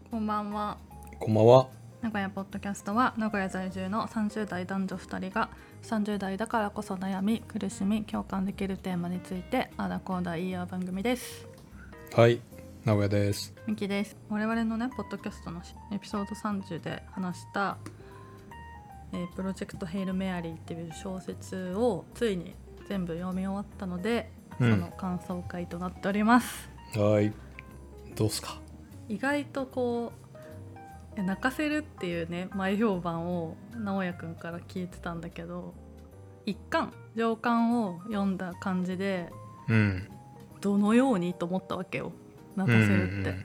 こんばんは。 こんばんは。 名古屋ポッドキャストは名古屋在住の30代男女2人が30代だからこそ悩み苦しみ共感できるテーマについてあだこうだ言い合う番組です。 はい、名古屋です。 ミキです。我々のねポッドキャストのエピソード30で話した、プロジェクトヘイルメアリーっていう小説をついに全部読み終わったので、その感想会となっております。 はい、どうすか。 意外とこう泣かせるっていうね前評判を直哉くんから聞いてたんだけど、上巻を読んだ感じで、どのようにと思ったわけよ、泣かせるって、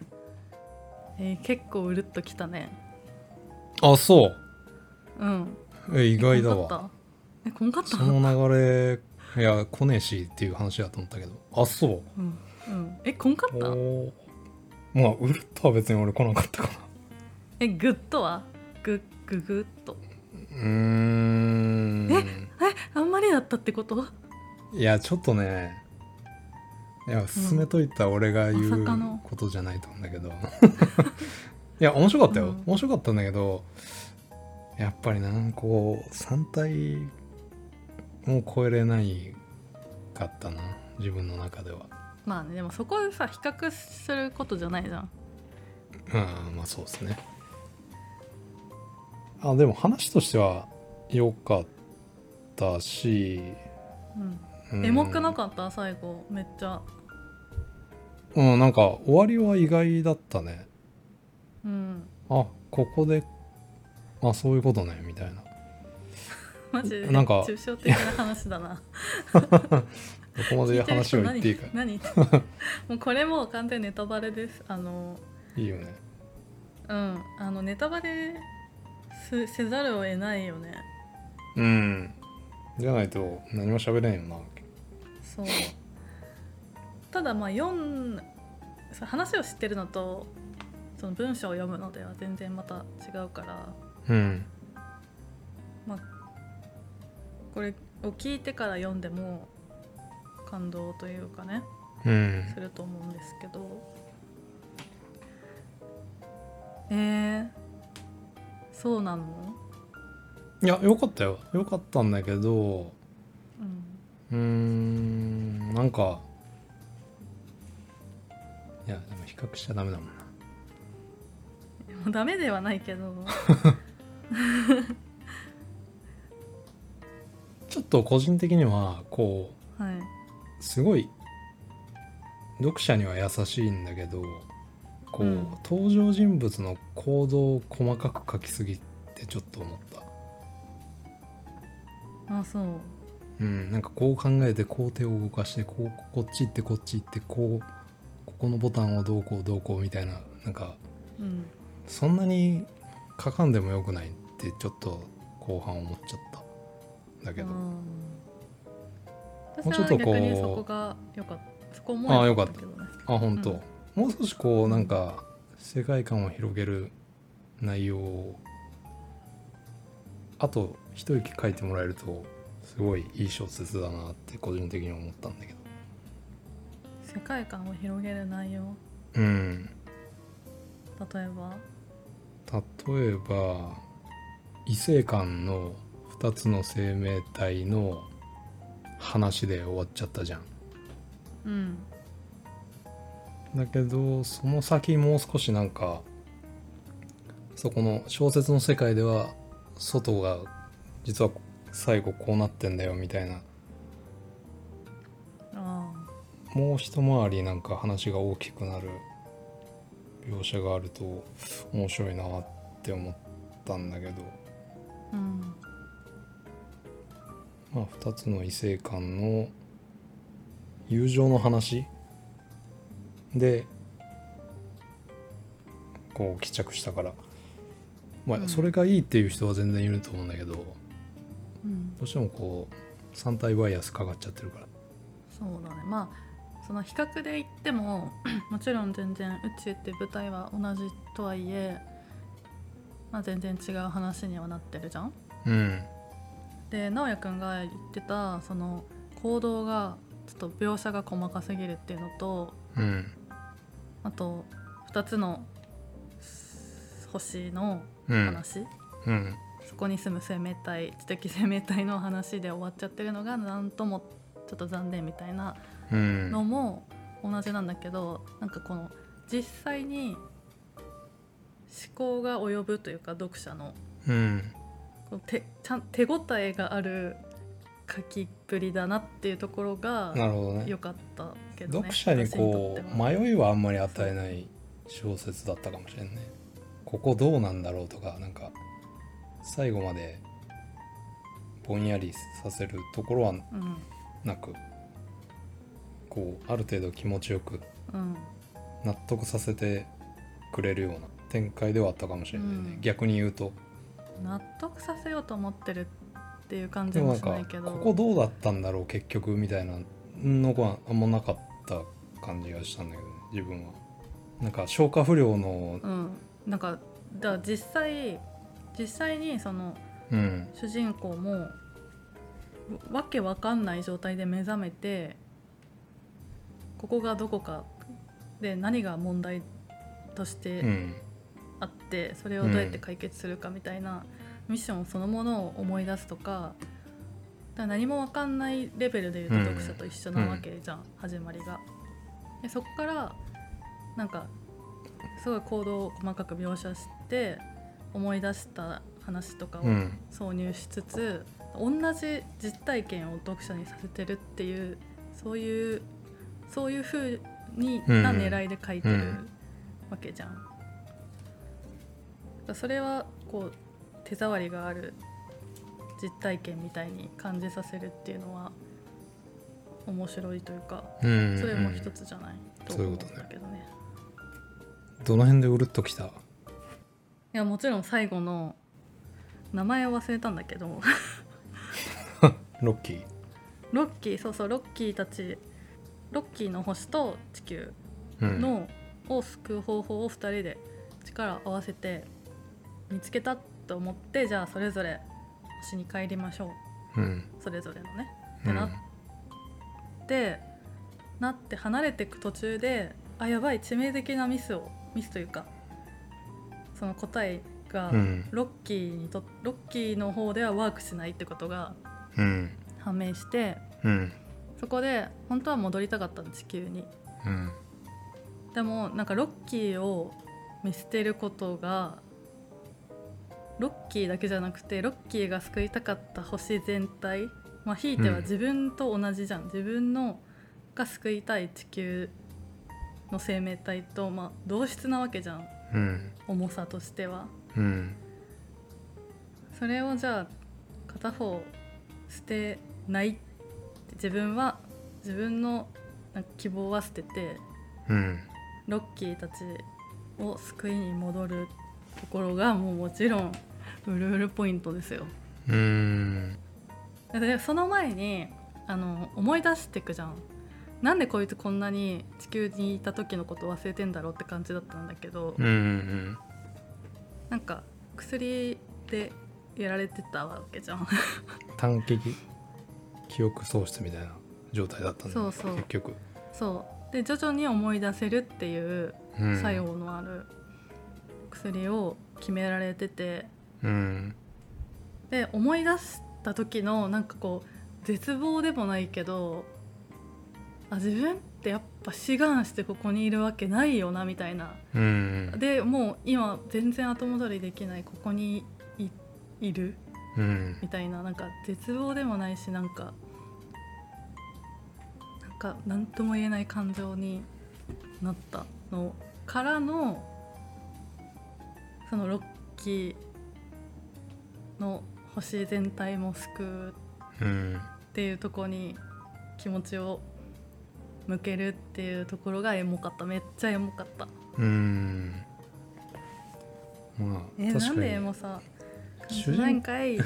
結構うるっときたね。 あ、そう。 うん。 意外だわ。 こんかった。 その流れ、いや、来ねえしっていう話だと思ったけど。あ、そう。 こんかった。 まあ、うるっとは別に俺来なかったかな。 グッとはグッと。あんまりだったってこと？ いや、ちょっとね、いや、進めといた俺が言うことじゃないと思うんだけど。いや、面白かったよ。面白かったんだけど、やっぱりこう3体も超えれないかったな、自分の中では。 まあね、でもそこでさ比較することじゃないじゃん。 まあそうですね。でも話としては良かったし、 エモくなかった最後めっちゃ。 なんか終わりは意外だったね。ここでそういうことねみたいな。 マジで抽象的な話だな。 どこまで話を言っていいか。 何もうこれも完全ネタバレです。 いいよね。 ネタバレせざるを得ないよね。 じゃないと何も喋れんよな。 そう。ただ話を知ってるのとその文章を読むのでは全然また違うから、これを聞いてから読んでも感動というかね、すると思うんですけど、そうなの？ いや、よかったよ。よかったんだけど、なんか、いや、でも比較しちゃダメだもんな。 もうダメではないけどちょっと個人的にはこう、すごい読者には優しいんだけど、こう、登場人物の行動を細かく書きすぎってちょっと思った。 そう。 なんかこう考えてこう手を動かしてこっち行ってこっち行ってここのボタンをどうこうみたいな、なんか、そんなに書かんでもよくないってちょっと後半思っちゃっただけど、もうちょっとこう逆にそこが良かった。そこも良かったけどね。 本当、もう少しこうなんか世界観を広げる内容をあと一息書いてもらえるとすごいいい小説だなって個人的に思ったんだけど。 世界観を広げる内容、例えば異性間の2つの生命体の話で終わっちゃったじゃん。だけどその先もう少しなんかそこの小説の世界では外が実は最後こうなってんだよみたいな、もう一回りなんか話が大きくなる描写があると面白いなって思ったんだけど、2つの異性間の友情の話でこう帰着したから、それがいいっていう人は全然いると思うんだけど、どうしてもこう3体バイアスかかっちゃってるから。 そうだね。その比較で言ってももちろん全然宇宙って舞台は同じとはいえ、全然違う話にはなってるじゃん。で直哉くんが言ってたその行動がちょっと描写が細かすぎるっていうのと、あと2つの星の話、そこに住む生命体、知的生命体の話で終わっちゃってるのがなんともちょっと残念みたいなのも同じなんだけど、なんかこの実際に思考が及ぶというか読者の、この手応えがある書きっぷりだなっていうところが良かったけどね。 読者にこう迷いはあんまり与えない小説だったかもしれんね。ここどうなんだろうとか、なんか最後までぼんやりさせるところはなく、こうある程度気持ちよく納得させてくれるような展開ではあったかもしれないね、逆に言うと。 納得させようと思ってるっていう感じもしないけど、 ここどうだったんだろう結局みたいなのがあんまなかった感じがしたんだけど、自分はなんか消化不良の、 なんかだ実際にその、主人公もわけわかんない状態で目覚めて、ここがどこかで何が問題としてあって、それをどうやって解決するかみたいなミッションそのものを思い出すとか、だから何もわかんないレベルで言うと読者と一緒なわけじゃん、始まりが。でそこからなんかすごい行動を細かく描写して思い出した話とかを挿入しつつ、同じ実体験を読者にさせてるっていう、そういう風にな狙いで書いてるわけじゃん。それはこう手触りがある実体験みたいに感じさせるっていうのは面白いというか、それも一つじゃないと思うんだけどね。 どの辺でうるっときた？いやもちろん最後の名前を忘れたんだけどロッキー、 そうそう、ロッキーたち、ロッキーの星と地球の、を救う方法を2人で力を合わせて見つけたと思って、じゃあそれぞれ星に帰りましょう、それぞれのねってなって離れていく途中で、あ、やばい、致命的なミスというか、その答えがロッキーの方ではワークしないってことが判明して、そこで本当は戻りたかったの、地球に。でもなんかロッキーを見捨てることが、ロッキーだけじゃなくてロッキーが救いたかった星全体、まあひいては自分と同じじゃん、自分のが救いたい地球の生命体と、まあ、同質なわけじゃん、重さとしては、それをじゃあ片方捨てないって、自分のなんか希望は捨てて、ロッキーたちを救いに戻るところがもちろんうるうるポイントですよ。でその前に思い出してくじゃん、なんでこいつこんなに地球にいた時のこと忘れてんだろうって感じだったんだけど、なんか薬でやられてたわけじゃん短期記憶喪失みたいな状態だったんだ、結局。 そうで徐々に思い出せるっていう作用のある薬を決められてて、で思い出した時のなんかこう絶望でもないけど、自分ってやっぱ志願してここにいるわけないよなみたいな、でもう今全然後戻りできない、ここに いる、みたいな、なんか絶望でもないし、なんか何とも言えない感情になったのからの、そのロッキーの星全体も救うっていうところに気持ちを向けるっていうところがエモかった。めっちゃエモかった。 まあ確かになんでエモさ感じないんかいちょ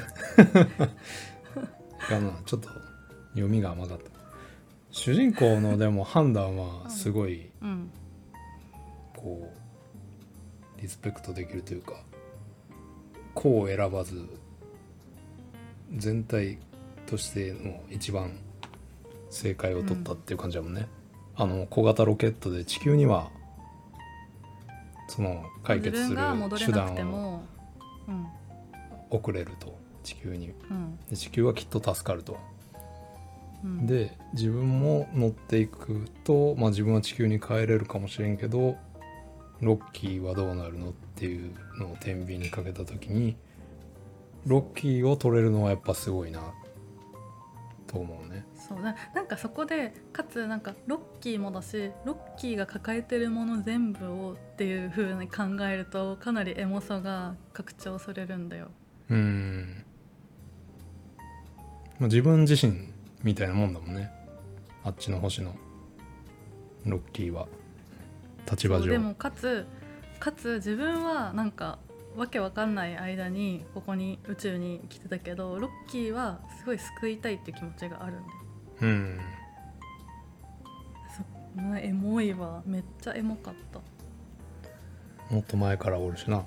っと読みが甘かった。主人公のでも判断はすごい、こうリスペクトできるというか、こう選ばず全体としての一番正解を取ったっていう感じだもんね。小型ロケットで地球にはその解決する自分が戻れ手なくて段をも、 送れると地球に。 うんで地球はきっと助かると。 うん、 で自分も乗っていくと、まあ、自分は地球に帰れるかもしれんけどロッキーはどうなるのっていうのを天秤にかけた時にロッキーを取れるのはやっぱすごいなと思うね。 そうなんかそこでかつなんかロッキーもだしロッキーが抱えてるもの全部をっていう風に考えるとかなりエモさが拡張されるんだよ。 まあ、自分自身みたいなもんだもんね、あっちの星のロッキーは立場上。 でもかつ自分はなんかわけわかんない間にここに宇宙に来てたけどロッキーはすごい救いたいっていう気持ちがあるんだよ。エモいわ、めっちゃエモかった。 もっと前からおるしな。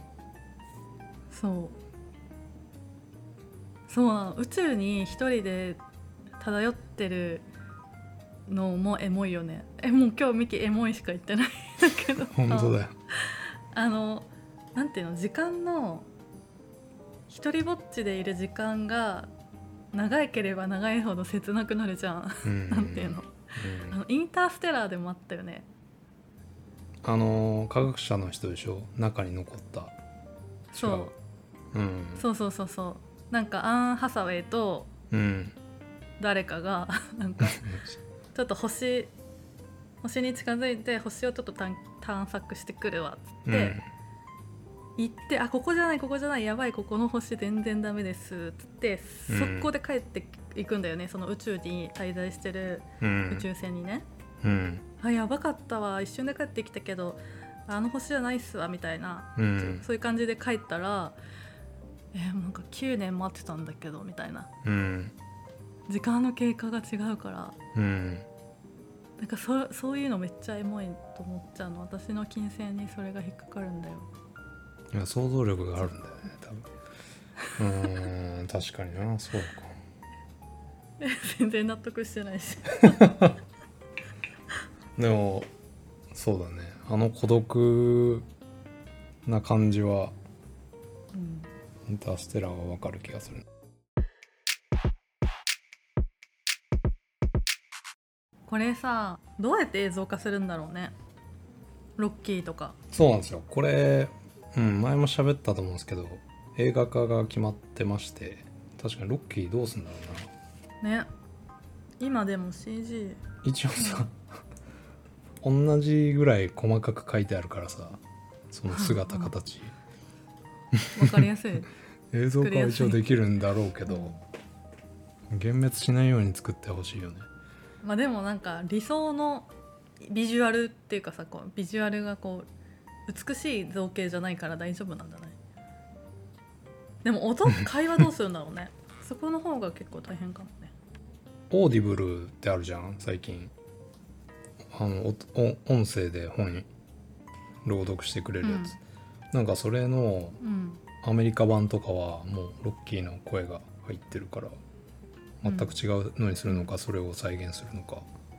そうなの、宇宙に一人で漂ってるのもエモいよね。もう今日ミキエモいしか言ってないんだけど本当だよ。 なんていうの、時間の一人ぼっちでいる時間が長ければ長いほど切なくなるじゃん。なんていうの、インターステラーでもあったよね。 科学者の人でしょ、中に残った。 そう、そうなんかアン・ハサウェイと誰かがなんかちょっと星に近づいて星をちょっと探索してくるわっつって、行ってここじゃないやばい、ここの星全然ダメですっつって速攻で帰っていくんだよね、その宇宙に滞在してる宇宙船にね。やばかったわ、一瞬で帰ってきたけどあの星じゃないっすわみたいな、そういう感じで帰ったらなんか9年待ってたんだけどみたいな、時間の経過が違うから、なんかそういうのめっちゃエモいと思っちゃうの。私の金銭にそれが引っかかるんだよ。 いや想像力があるんだよね多分。確かにな、そうか。 全然納得してないしでもそうだね、孤独な感じは、インターステラーはわかる気がする。 これさ、どうやって映像化するんだろうね、ロッキーとか。 そうなんですよこれ、前も喋ったと思うんですけど映画化が決まってまして、確かにロッキーどうすんだろうなね。今でも CG 一応さ、同じぐらい細かく書いてあるからさ、その姿形わかりやすい映像化は一応できるんだろうけど、幻滅しないように作ってほしいよね。 でもなんか理想のビジュアルっていうかさ、こうビジュアルがこう美しい造形じゃないから大丈夫なんじゃない？でも会話どうするんだろうねそこの方が結構大変かもね。 オーディブルってあるじゃん最近。音声で本朗読してくれるやつ、なんかそれのアメリカ版とかはもうロッキーの声が入ってるから全く違うのにするのか、それを再現するのか、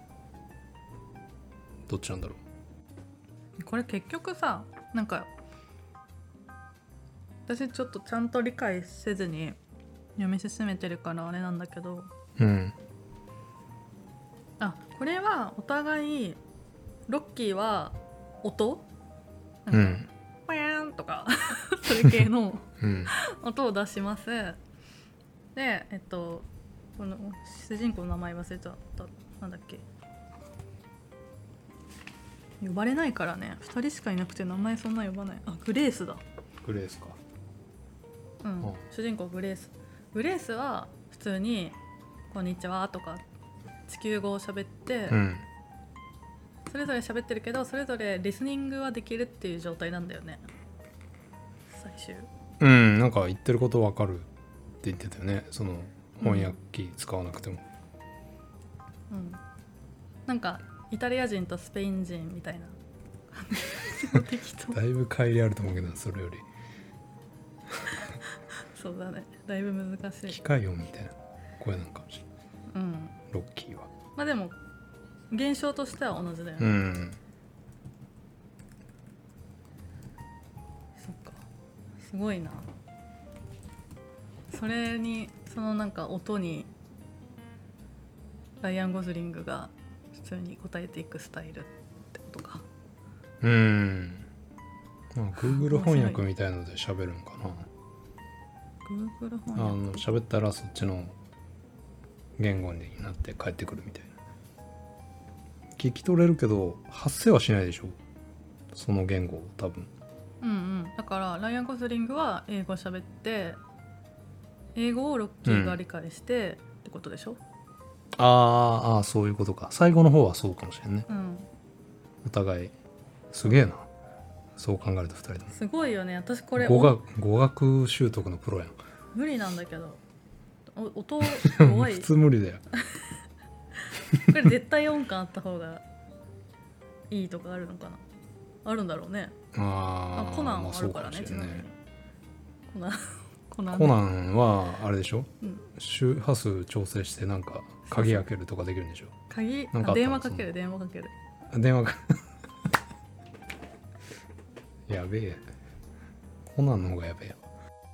どっちなんだろう。これ結局さ、なんか私ちょっとちゃんと理解せずに読み進めてるからあれなんだけど、これはお互いロッキーは音なんかパヤーンとかそれ系の音を出します。でこの主人公の名前忘れちゃった、なんだっけ、呼ばれないからね、2人しかいなくて名前そんな呼ばない。グレースだ。 グレースか。 主人公グレースは普通にこんにちはとか地球語を喋って、それぞれ喋ってるけどそれぞれリスニングはできるっていう状態なんだよね最終。 なんか言ってることわかるって言ってたよね、その翻訳機使わなくても。 なんかイタリア人とスペイン人みたいなだいぶ乖離あると思うけどそれよりそうだね、だいぶ難しい。 機械音みたいな声なんかもしれない、ロッキーは。 でも現象としては同じだよね。 すごいな。それにそのなんか音にライアン・ゴズリングが普通に答えていくスタイルってことか。 まあ Google 翻訳みたいので喋るんかな。 Google 翻訳喋ったらそっちの言語になって帰ってくるみたいな。聞き取れるけど発声はしないでしょ、その言語を多分。 だからライアン・ゴズリングは英語喋って英語をロッキーが理解してってことでしょ。 ああそういうことか。最後の方はそうかもしれんね。お互いすげえな、そう考えると2人ともすごいよね。私これ語学習得のプロやん。 無理なんだけど音弱い普通無理だよ。 これ絶対音感あった方がいいとかあるのかな。あるんだろうね。コナンはあるからね、ちなみにコナンはあれでしょ、周波数調整してなんか鍵開けるとかできるんでしょ。 電話かけるやべえ、コナンの方がやべえよ。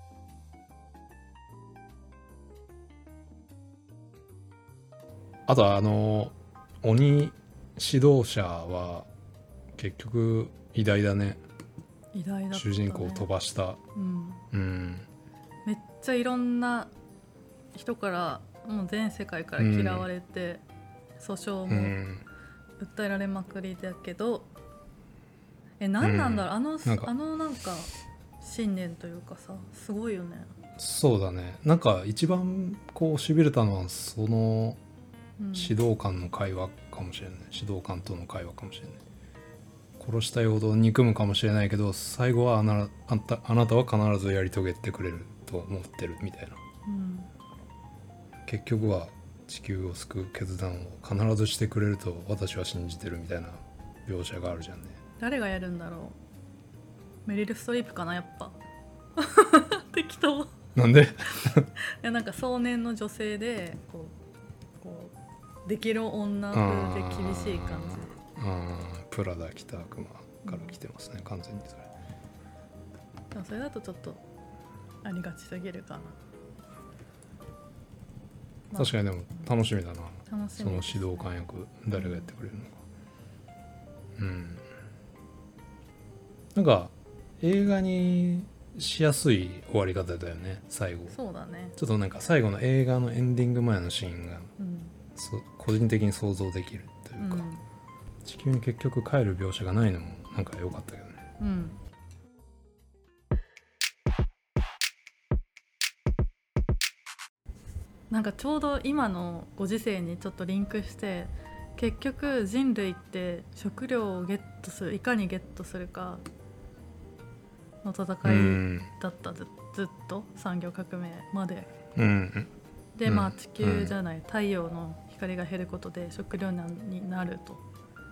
あと鬼指導者は結局偉大だね。 偉大だったね。 主人公を飛ばした、 めっちゃいろんな人からもう全世界から嫌われて、訴訟も訴えられまくりだけど、何なんだろう、あのなんか信念というかさ、すごいよね。 そうだね。なんか一番こう痺れたのはその指導官の会話かもしれない。指導官との会話かもしれない。殺したいほど憎むかもしれないけど、最後はあなたは必ずやり遂げてくれると思ってるみたいな、結局は地球を救う決断を必ずしてくれると私は信じてるみたいな描写があるじゃんね。 誰がやるんだろう。メリル・ストリープかな、やっぱ適当なんでいやなんか壮年の女性でこうできる女風で厳しい感じ。 プラダ北悪魔から来てますね、完全にそれ。 でもそれだとちょっとありがちすぎるかな。 確かにでも楽しみだな。 楽しみ。 その指導官役誰がやってくれるのか。なんか映画にしやすい終わり方だよね、最後。 そうだね。 ちょっとなんか最後の映画のエンディング前のシーンが、個人的に想像できるというか、地球に結局帰る描写がないのもなんか良かったけどね。 なんかちょうど今のご時世にちょっとリンクして、結局人類って食料をゲットする、いかにゲットするかの戦いだった、ずっと産業革命まで、でまあ地球じゃない、太陽の光が減ることで食料難になると、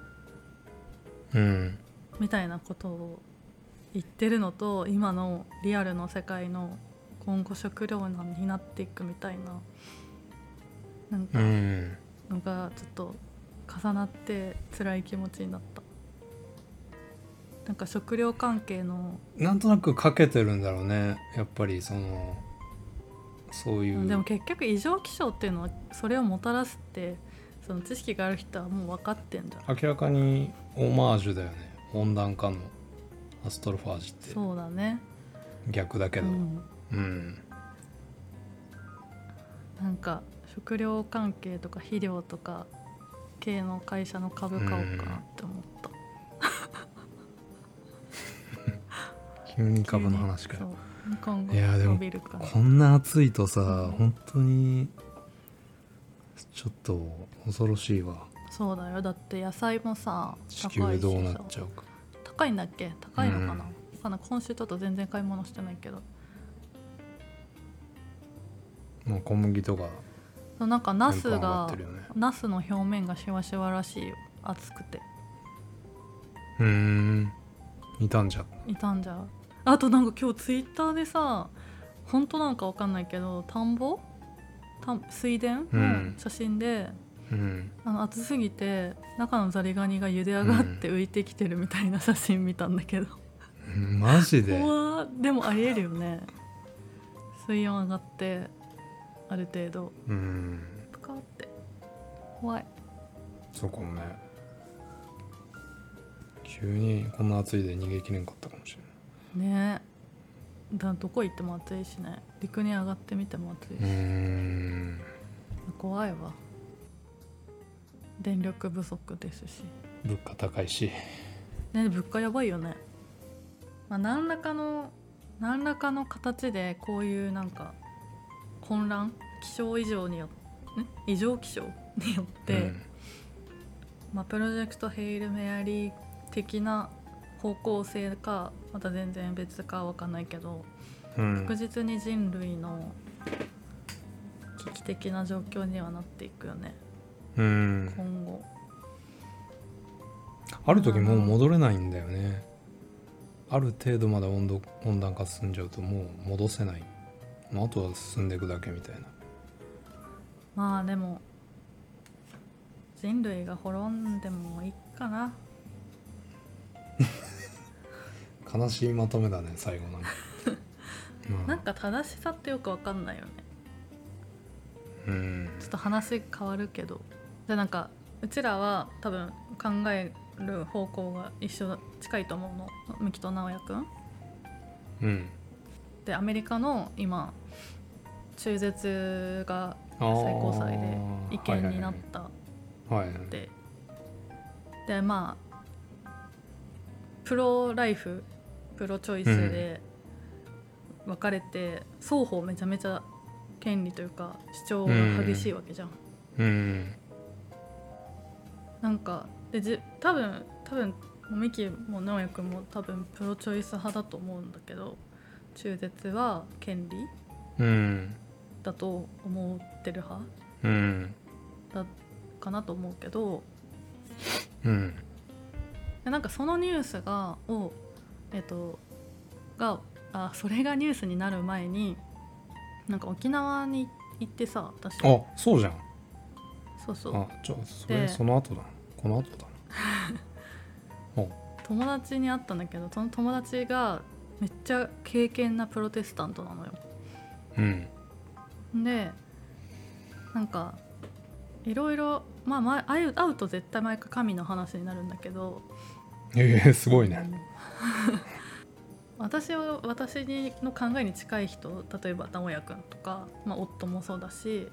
みたいなことを言ってるのと、今のリアルの世界の今後食料難になっていくみたいな、なんかのがちょっと重なって辛い気持ちになった。なんか食料関係のなんとなくかけてるんだろうね、やっぱりそういう。 でも結局異常気象っていうのはそれをもたらすって、その知識がある人はもう分かってんじゃん。 明らかにオマージュだよね、温暖化のアストロファージって。 そうだね、 逆だけど、 なんか食料関係とか肥料とか系の会社の株買おうかなって思った。 急に株の話かよ。 今後いやでも伸びるかな。 こんな暑いとさ、本当にちょっと恐ろしいわ。 そうだよ、だって野菜もさ地球どうなっちゃうか。 高いんだっけ、高いのかな、今週ちょっと全然買い物してないけど。 もう小麦とかなんかナス上がってるよね。 ナスの表面がシワシワらしいよ、暑くて。 いたんじゃ。 あとなんか今日ツイッターでさ、本当なんかわかんないけど、水田の写真で、暑すぎて中のザリガニが茹で上がって浮いてきてるみたいな写真見たんだけど、 マジで怖でもありえるよね。水温上がってある程度プカって怖い。 そうかもね。急にこんな暑いで逃げきれんかったかもしれないね。だどこ行っても暑いしね。陸に上がってみても暑いし。怖いわ。電力不足ですし、 物価高いしね、物価やばいよね。まあ、何らかの形でこういうなんか混乱、気象異常によって、ね、異常気象によって、まあ、プロジェクトヘイルメアリー的な方向性かまた全然別かは分かんないけど、確実に人類の危機的な状況にはなっていくよね、今後。 ある時もう戻れないんだよね。ある程度まで温暖化進んじゃうともう戻せない。あとは進んでいくだけみたいな。 まあでも人類が滅んでもいいかな。 悲しいまとめだね最後なんかなんか正しさってよく分かんないよね。ちょっと話変わるけど、でなんかうちらは多分考える方向が一緒近いと思うの、ミキと直哉くん。でアメリカの今中絶が最高裁で違憲になったってで、まあプロライフプロチョイスで分かれて、双方めちゃめちゃ権利というか主張が激しいわけじゃん。なんかで多分ミキも直哉くんも多分プロチョイス派だと思うんだけど、中絶は権利、だと思ってる派、だかなと思うけど、なんかそのニュースがそれがニュースになる前になんか沖縄に行ってさ、私。 あ、そうじゃん。 そうそう。 その後だ。この後だな。 友達に会ったんだけど、その友達がめっちゃ敬虔なプロテスタントなのよ。でなんかいろいろ会うと絶対毎回神の話になるんだけど、 すごいね。 私の考えに近い人、例えば直哉くんとか、夫もそうだし、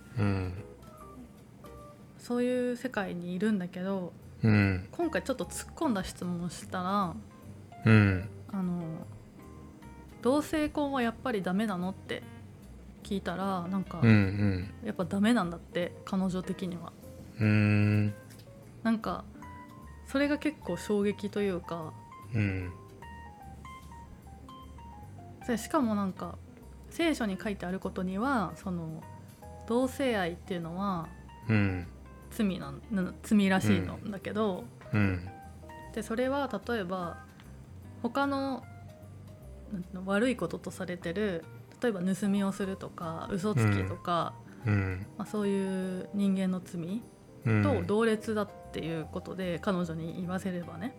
そういう世界にいるんだけど、今回ちょっと突っ込んだ質問をしたら、同性婚はやっぱりダメなのって聞いたら、なんか、やっぱダメなんだって、彼女的には。なんかそれが結構衝撃というか、しかもなんか聖書に書いてあることには、その同性愛っていうのは罪らしいのだけど、でそれは例えば他の悪いこととされてる、例えば盗みをするとか嘘つきとか、そういう人間の罪と同列だっていうことで、彼女に言わせればね。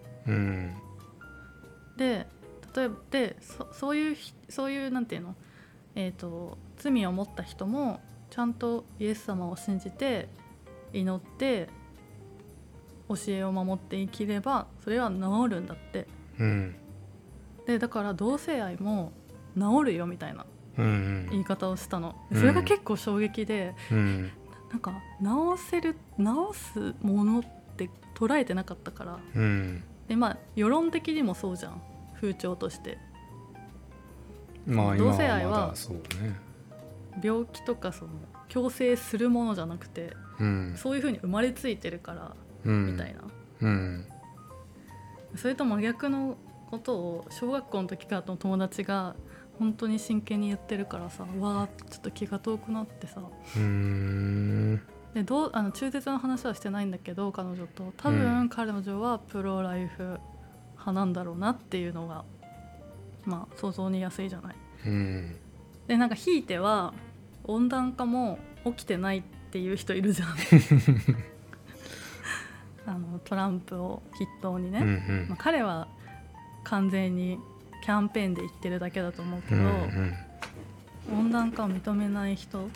で例えばそういうなんていうの、罪を持った人もちゃんとイエス様を信じて祈って教えを守って生きればそれは治るんだって。でだから同性愛も治るよみたいな言い方をしたの。それが結構衝撃で、なんか治すものって捉えてなかったから、で世論的にもそうじゃん、風潮として。同性愛は病気とかその強制するものじゃなくて、そういう風に生まれついてるからみたいな、それと真逆のことを小学校の時からの友達が本当に真剣に言ってるからさ、わーちょっと気が遠くなってさ。で中絶の話はしてないんだけど、彼女と多分彼女はプロライフ派なんだろうなっていうのが想像に安いじゃない。でなんかひいては温暖化も起きてないっていう人いるじゃんトランプを筆頭にね、彼は完全にキャンペーンで言ってるだけだと思うけど、温暖化を認めない人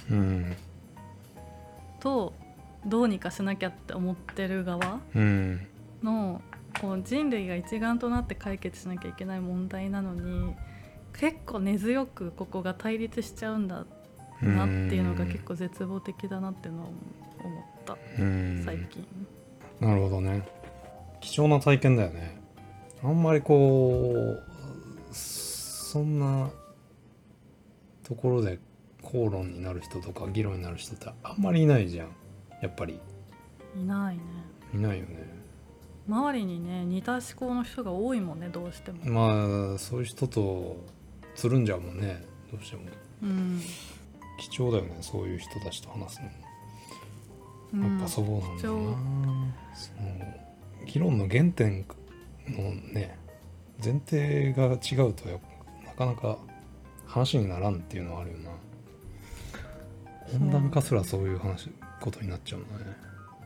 とどうにかしなきゃって思ってる側のこう人類が一丸となって解決しなきゃいけない問題なのに結構根強くここが対立しちゃうんだなっていうのが結構絶望的だなっていうのを思った最近。 なるほどね。貴重な体験だよね。あんまりこうそんなところで口論になる人とか議論になる人ってあんまりいないじゃん。やっぱりいないね。 いないよね。 周りにね似た思考の人が多いもんね、どうしても。 まあそういう人とつるんじゃうもんね、どうしても。貴重だよね、そういう人たちと話すの。やっぱそうなんだよな。その議論の原点のね前提が違うとなかなか話にならんっていうのはあるよな。温暖化すらそういうことになっちゃうんだね。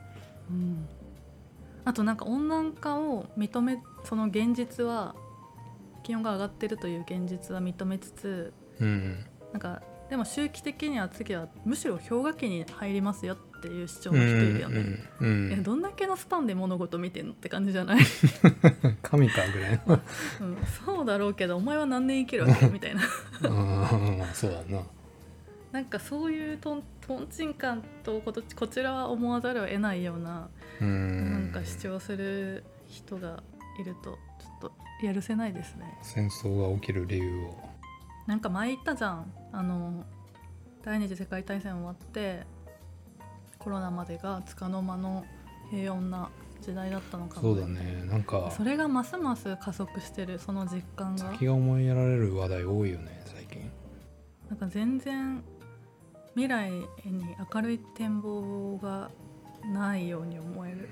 あとなんか温暖化を認め、その現実は気温が上がってるという現実は認めつつ、なんかでも周期的には次はむしろ氷河期に入りますよっていう主張の人いるよね。どんだけのスパンで物事見てんのって感じじゃない？ 神かぐらいの、 そうだろうけどお前は何年生きるわけみたいなそうだな。 なんかそういうとんちんカンとこちらは思わざるを得ないようななんか主張する人がいるとちょっとやるせないですね。 戦争が起きる理由をなんか前言ったじゃん、第二次世界大戦終わってコロナまでが束の間の平穏な時代だったのかも。 そうだね。なんかそれがますます加速してる、その実感が。 先が思いやられる話題多いよね最近。 なんか全然未来に明るい展望がないように思える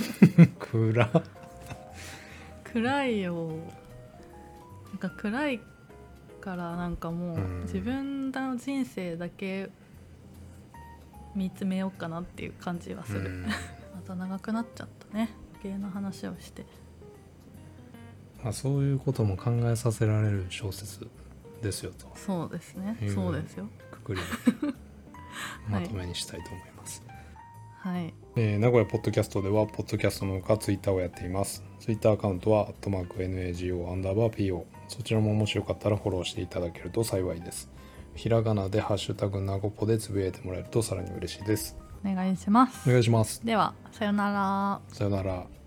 暗いよ。なんか暗いからなんかもう自分の人生だけ見つめようかなっていう感じはするまた長くなっちゃったね、余計な話をして。 そういうことも考えさせられる小説ですよと。 そうですね、そうですよ。 くくりまとめにしたいと思います。 はい。 名古屋ポッドキャストではポッドキャストのほかツイッターをやっています。ツイッターアカウントは@NAGO_PO。そちらももしよかったらフォローしていただけると幸いです。ひらがなでハッシュタグなごぽでつぶやいてもらえるとさらに嬉しいです。 お願いします。 お願いします。 ではさよなら。 さよなら。